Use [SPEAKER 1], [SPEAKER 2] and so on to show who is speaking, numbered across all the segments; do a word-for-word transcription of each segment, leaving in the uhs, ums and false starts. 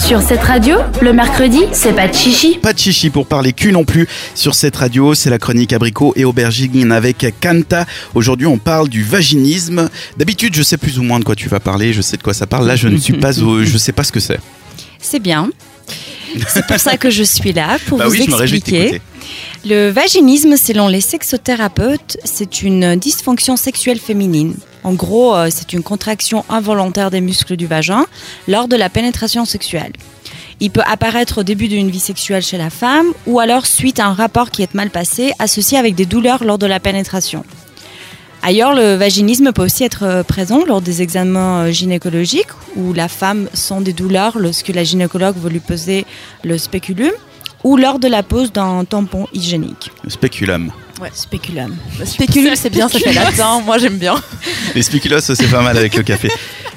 [SPEAKER 1] Sur cette radio, le mercredi, c'est pas de chichi.
[SPEAKER 2] Pas de chichi pour parler cul non plus sur cette radio, c'est la chronique abricot et aubergine avec Kanta. Aujourd'hui on parle du vaginisme. D'habitude je sais plus ou moins de quoi tu vas parler, je sais de quoi ça parle. Là je ne suis pas au... je sais pas ce que c'est.
[SPEAKER 3] C'est bien. C'est pour ça que je suis là, pour
[SPEAKER 2] bah
[SPEAKER 3] vous
[SPEAKER 2] oui,
[SPEAKER 3] expliquer. Le vaginisme, selon les sexothérapeutes, c'est une dysfonction sexuelle féminine. En gros, c'est une contraction involontaire des muscles du vagin lors de la pénétration sexuelle. Il peut apparaître au début d'une vie sexuelle chez la femme ou alors suite à un rapport qui est mal passé, associé avec des douleurs lors de la pénétration. Ailleurs, le vaginisme peut aussi être présent lors des examens gynécologiques où la femme sent des douleurs lorsque la gynécologue veut lui poser le spéculum ou lors de la pose d'un tampon hygiénique.
[SPEAKER 2] Le spéculum.
[SPEAKER 3] Ouais, spéculum.
[SPEAKER 4] Le spéculum, c'est bien, ça fait latin, moi j'aime bien.
[SPEAKER 2] Les spéculoos, c'est pas mal avec le café.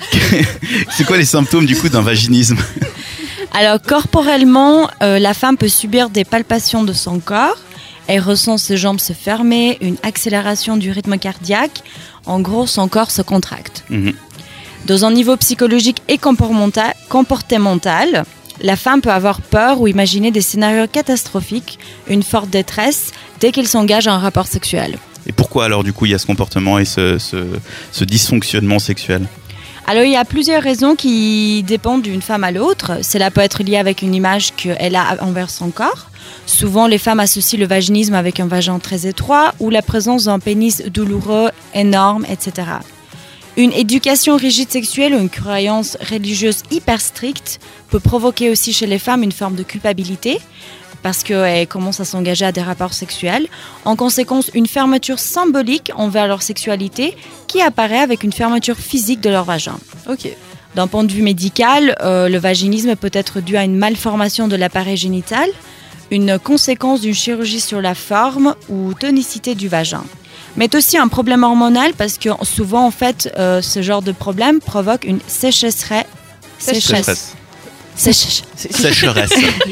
[SPEAKER 2] C'est quoi les symptômes du coup d'un vaginisme ?
[SPEAKER 3] Alors, corporellement, euh, la femme peut subir des palpations de son corps. Elle ressent ses jambes se fermer, une accélération du rythme cardiaque. En gros, son corps se contracte. Mmh. Dans un niveau psychologique et comportemental, comportemental, la femme peut avoir peur ou imaginer des scénarios catastrophiques, une forte détresse, dès qu'elle s'engage à un rapport sexuel.
[SPEAKER 2] Et pourquoi alors du coup il y a ce comportement et ce, ce, ce dysfonctionnement sexuel ?
[SPEAKER 3] Alors, il y a plusieurs raisons qui dépendent d'une femme à l'autre. Cela peut être lié avec une image qu'elle a envers son corps. Souvent, les femmes associent le vaginisme avec un vagin très étroit ou la présence d'un pénis douloureux, énorme, et cetera. Une éducation rigide sexuelle ou une croyance religieuse hyper stricte peut provoquer aussi chez les femmes une forme de culpabilité parce qu'elles commencent à s'engager à des rapports sexuels. En conséquence, une fermeture symbolique envers leur sexualité qui apparaît avec une fermeture physique de leur vagin.
[SPEAKER 4] Ok.
[SPEAKER 3] D'un point de vue médical, euh, le vaginisme peut être dû à une malformation de l'appareil génital, une conséquence d'une chirurgie sur la forme ou tonicité du vagin. Mais aussi un problème hormonal parce que souvent, en fait, euh, ce genre de problème provoque une sécheresse.
[SPEAKER 2] Sécheresse.
[SPEAKER 3] Sécheresse.
[SPEAKER 2] Sécheresse.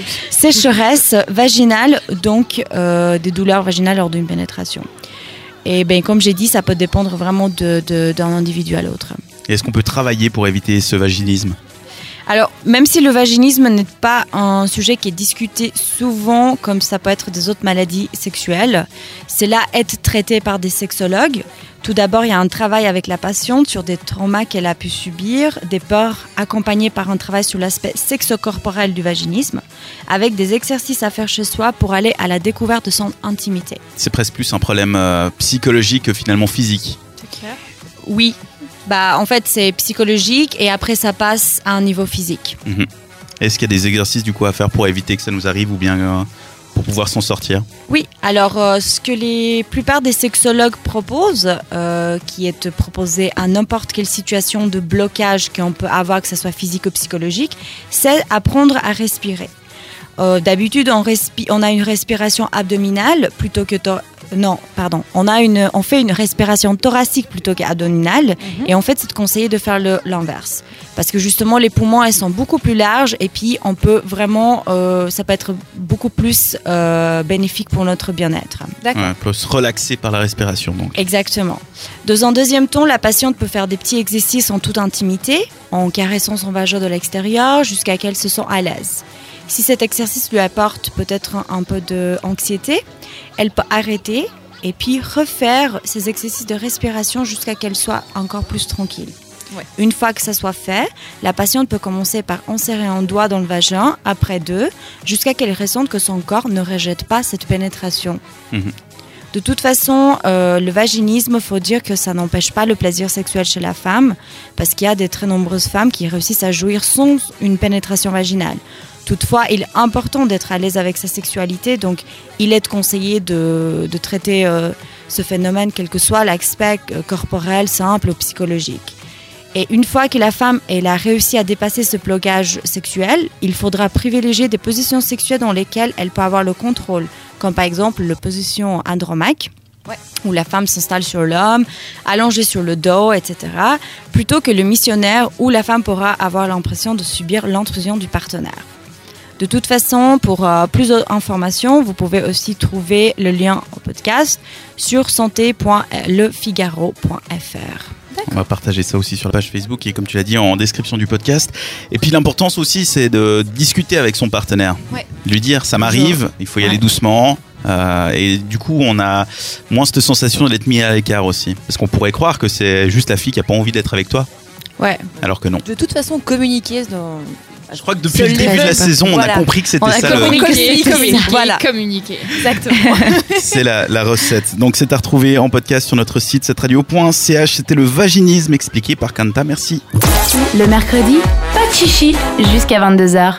[SPEAKER 3] Sécheresse vaginale, donc euh, des douleurs vaginales lors d'une pénétration. Et ben, comme j'ai dit, ça peut dépendre vraiment de, de, d'un individu à l'autre.
[SPEAKER 2] Et est-ce qu'on peut travailler pour éviter ce vaginisme ?
[SPEAKER 3] Alors, même si le vaginisme n'est pas un sujet qui est discuté souvent, comme ça peut être des autres maladies sexuelles, cela est traité par des sexologues. Tout d'abord, il y a un travail avec la patiente sur des traumas qu'elle a pu subir, des peurs accompagnés par un travail sur l'aspect sexo-corporel du vaginisme, avec des exercices à faire chez soi pour aller à la découverte de son intimité.
[SPEAKER 2] C'est presque plus un problème euh, psychologique que finalement physique.
[SPEAKER 4] C'est clair ?
[SPEAKER 3] Oui. Bah, en fait, c'est psychologique et après, ça passe à un niveau physique.
[SPEAKER 2] Mmh. Est-ce qu'il y a des exercices du coup à faire pour éviter que ça nous arrive ou bien euh, pour pouvoir s'en sortir ?
[SPEAKER 3] Oui, alors euh, ce que les plupart des sexologues proposent, euh, qui est proposé à n'importe quelle situation de blocage qu'on peut avoir, que ce soit physique ou psychologique, c'est apprendre à respirer. Euh, d'habitude, on, respi- on a une respiration abdominale plutôt que... Tor- Non, pardon. On, a une, on fait une respiration thoracique plutôt qu'abdominale. Mm-hmm. Et en fait, c'est conseillé de faire le, l'inverse. Parce que justement, les poumons, elles sont beaucoup plus larges. Et puis, on peut vraiment... Euh, ça peut être beaucoup plus euh, bénéfique pour notre bien-être.
[SPEAKER 2] D'accord. Ouais, on peut se relaxer par la respiration, donc.
[SPEAKER 3] Exactement. Dans un deuxième temps, la patiente peut faire des petits exercices en toute intimité, en caressant son vagin de l'extérieur jusqu'à qu'elle se sente à l'aise. Si cet exercice lui apporte peut-être un, un peu d'anxiété, elle peut arrêter et puis refaire ces exercices de respiration jusqu'à qu'elle soit encore plus tranquille. Ouais. Une fois que ça soit fait, la patiente peut commencer par insérer un doigt dans le vagin, après deux, jusqu'à qu'elle ressente que son corps ne rejette pas cette pénétration. Mmh. De toute façon, euh, le vaginisme, il faut dire que ça n'empêche pas le plaisir sexuel chez la femme, parce qu'il y a de très nombreuses femmes qui réussissent à jouir sans une pénétration vaginale. Toutefois, il est important d'être à l'aise avec sa sexualité, donc il est conseillé de, de traiter euh, ce phénomène, quel que soit l'aspect euh, corporel, simple ou psychologique. Et une fois que la femme elle a réussi à dépasser ce blocage sexuel, il faudra privilégier des positions sexuelles dans lesquelles elle peut avoir le contrôle, comme par exemple la position andromaque, ouais. où la femme s'installe sur l'homme, allongée sur le dos, et cetera, plutôt que le missionnaire où la femme pourra avoir l'impression de subir l'intrusion du partenaire. De toute façon, pour euh, plus d'informations, vous pouvez aussi trouver le lien au podcast sur santé point le figaro point f r.
[SPEAKER 2] On va partager ça aussi sur la page Facebook et comme tu l'as dit en description du podcast. Et puis l'importance aussi c'est de discuter avec son partenaire.
[SPEAKER 4] Ouais.
[SPEAKER 2] Lui dire ça m'arrive, il faut y aller
[SPEAKER 4] Ouais.
[SPEAKER 2] doucement. Euh, et du coup on a moins cette sensation d'être mis à l'écart aussi. Parce qu'on pourrait croire que c'est juste la fille qui a pas envie d'être avec toi.
[SPEAKER 3] Ouais.
[SPEAKER 2] Alors que non.
[SPEAKER 4] De toute façon, communiquer dans...
[SPEAKER 2] Je crois que depuis
[SPEAKER 4] Se
[SPEAKER 2] le début de la
[SPEAKER 4] lève.
[SPEAKER 2] saison on
[SPEAKER 4] Voilà.
[SPEAKER 2] a compris que c'était
[SPEAKER 3] On a
[SPEAKER 2] ça
[SPEAKER 3] compris
[SPEAKER 2] le-
[SPEAKER 3] que
[SPEAKER 4] Communiquer,
[SPEAKER 3] c'est
[SPEAKER 4] communiquer,
[SPEAKER 3] ça.
[SPEAKER 4] voilà.
[SPEAKER 5] communiquer.
[SPEAKER 4] Exactement.
[SPEAKER 2] C'est la, la recette. Donc c'est à retrouver en podcast sur notre site cette radio point c h. C'était le vaginisme expliqué par Kanta. Merci.
[SPEAKER 1] Le mercredi, pas de chichi jusqu'à vingt-deux heures.